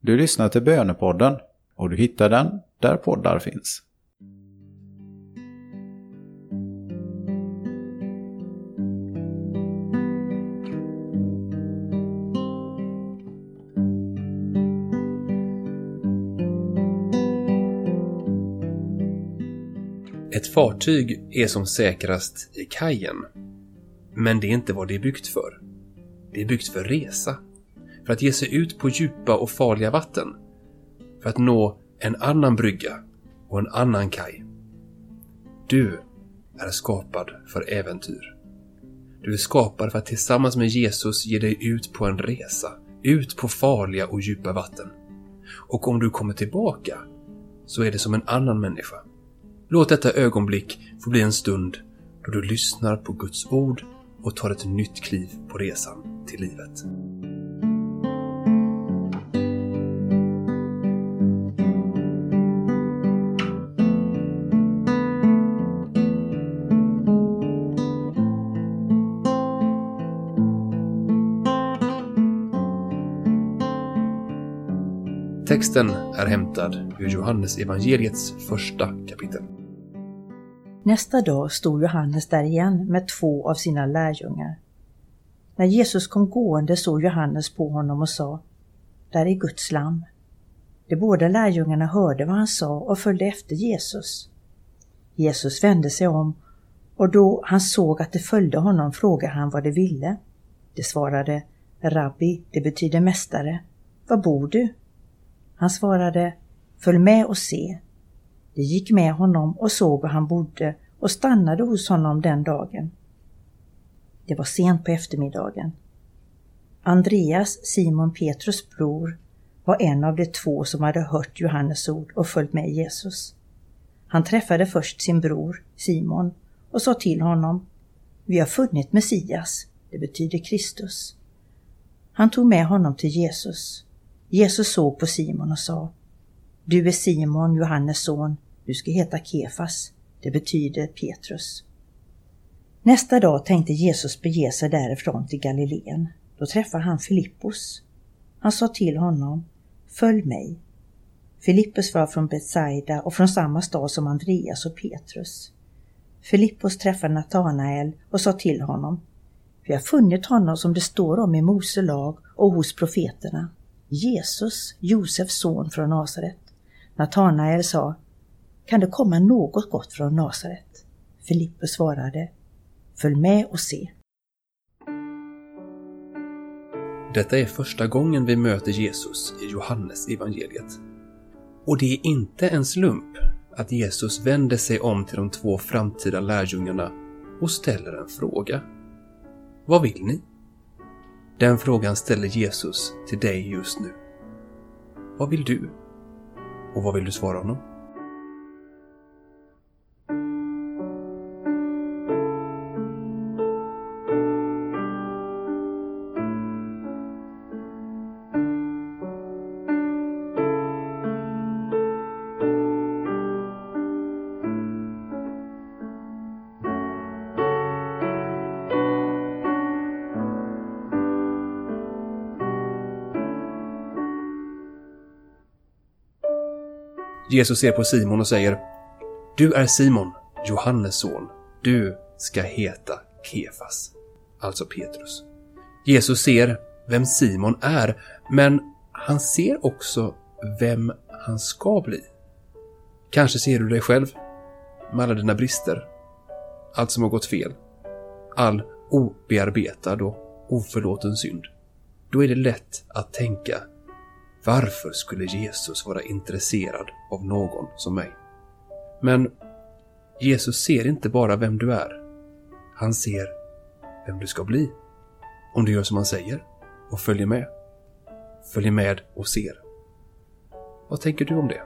Du lyssnar till Bönepodden och du hittar den där poddar finns. Ett fartyg är som säkrast i kajen. Men det är inte vad det är byggt för. Det är byggt för resa. För att ge sig ut på djupa och farliga vatten. För att nå en annan brygga och en annan kaj. Du är skapad för äventyr. Du är skapad för att tillsammans med Jesus ge dig ut på en resa. Ut på farliga och djupa vatten. Och om du kommer tillbaka så är det som en annan människa. Låt detta ögonblick få bli en stund då du lyssnar på Guds ord och tar ett nytt kliv på resan till livet. Texten är hämtad ur Johannes evangeliets första kapitel. Nästa dag stod Johannes där igen med 2 av sina lärjungar. När Jesus kom gående såg Johannes på honom och sa: "Där är Guds lamm." De båda lärjungarna hörde vad han sa och följde efter Jesus. Jesus vände sig om och då han såg att de följde honom frågade han vad de ville. De svarade: "Rabbi", det betyder mästare, "var bor du?" Han svarade: "Följ med och se." De gick med honom och såg var han bodde och stannade hos honom den dagen. Det var sent på eftermiddagen. Andreas, Simon Petrus bror, var en av de 2 som hade hört Johannes ord och följt med Jesus. Han träffade först sin bror Simon och sa till honom: "Vi har funnit Messias", det betyder Kristus. Han tog med honom till Jesus. Jesus såg på Simon och sa: "Du är Simon, Johannes son, du ska heta Kefas", det betyder Petrus. Nästa dag tänkte Jesus bege sig därifrån till Galileen. Då träffade han Filippos. Han sa till honom: "Följ mig." Filippos var från Betsaida och från samma stad som Andreas och Petrus. Filippos träffade Natanael och sa till honom: "Vi har funnit honom som det står om i Mose lag och hos profeterna, Jesus, Josefs son från Nasaret." Natanael sa: "Kan det komma något gott från Nasaret?" Filippos svarade: "Följ med och se." Detta är första gången vi möter Jesus i Johannes evangeliet. Och det är inte en slump att Jesus vänder sig om till de 2 framtida lärjungarna och ställer en fråga. Vad vill ni? Den frågan ställer Jesus till dig just nu. Vad vill du? Och vad vill du svara honom? Jesus ser på Simon och säger: "Du är Simon, Johannes son. Du ska heta Kefas", alltså Petrus. Jesus ser vem Simon är, men han ser också vem han ska bli. Kanske ser du dig själv med alla dina brister, allt som har gått fel, all obearbetad och oförlåten synd. Då är det lätt att tänka: varför skulle Jesus vara intresserad av någon som mig? Men Jesus ser inte bara vem du är. Han ser vem du ska bli. Om du gör som han säger och följer med. Följer med och ser. Vad tänker du om det?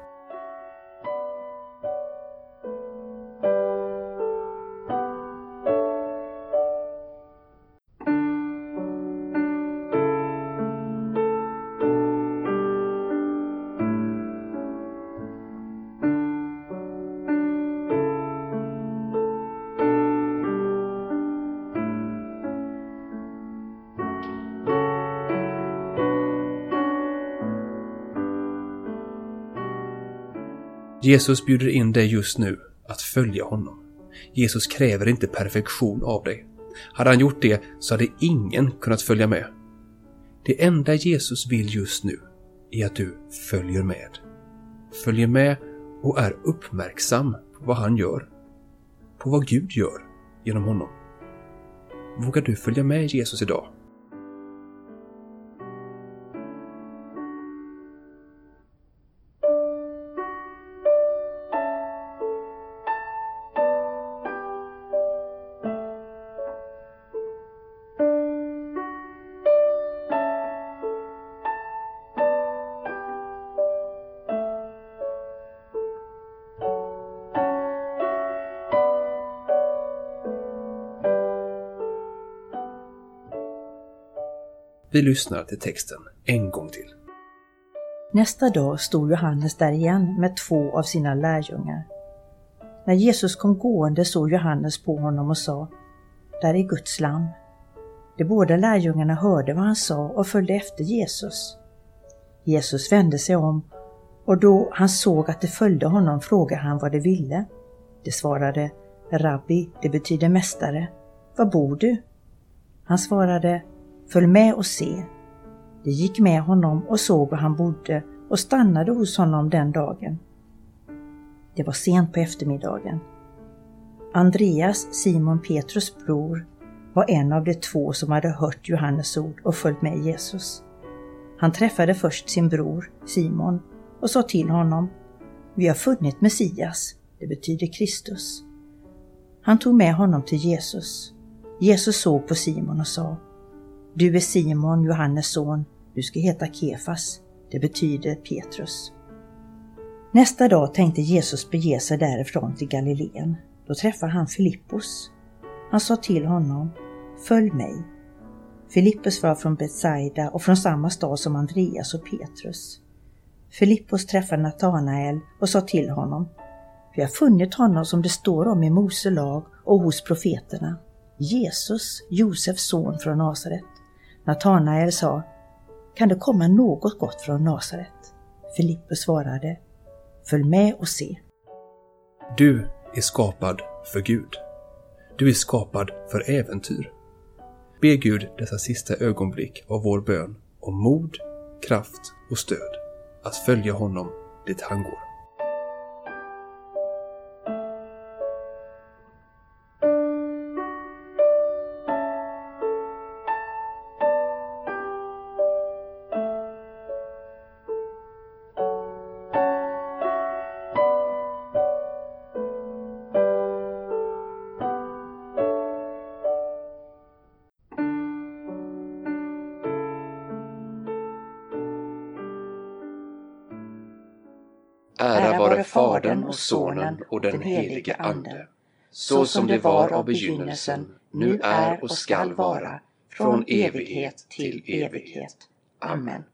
Jesus bjuder in dig just nu att följa honom. Jesus kräver inte perfektion av dig. Hade han gjort det så hade ingen kunnat följa med. Det enda Jesus vill just nu är att du följer med. Följer med och är uppmärksam på vad han gör. På vad Gud gör genom honom. Vågar du följa med Jesus idag? Vi lyssnar till texten en gång till. Nästa dag stod Johannes där igen med 2 av sina lärjungar. När Jesus kom gående såg Johannes på honom och sa: där är Guds lamm. De båda lärjungarna hörde vad han sa och följde efter Jesus. Jesus vände sig om och då han såg att de följde honom frågade han vad de ville. De svarade: Rabbi, det betyder mästare. Var bor du? Han svarade: följ med och se. De gick med honom och såg var han bodde och stannade hos honom den dagen. Det var sent på eftermiddagen. Andreas, Simon Petrus bror, var en av de 2 som hade hört Johannes ord och följt med Jesus. Han träffade först sin bror Simon och sa till honom: vi har funnit Messias, det betyder Kristus. Han tog med honom till Jesus. Jesus såg på Simon och sa: du är Simon, Johannes son, du ska heta Kefas, det betyder Petrus. Nästa dag tänkte Jesus bege sig därifrån till Galileen. Då träffade han Filippos. Han sa till honom: följ mig. Filippos var från Betsaida och från samma stad som Andreas och Petrus. Filippos träffade Natanael och sa till honom: vi har funnit honom som det står om i Mose lag och hos profeterna, Jesus, Josefs son från Nasaret. Natanael sa: kan det komma något gott från Nasaret? Filippos svarade: följ med och se. Du är skapad för Gud. Du är skapad för äventyr. Be Gud dessa sista ögonblick av vår bön om mod, kraft och stöd att följa honom dit han går. Ära vare Fadern och Sonen och den helige Ande, så som det var av begynnelsen, nu är och skall vara, från evighet till evighet. Amen.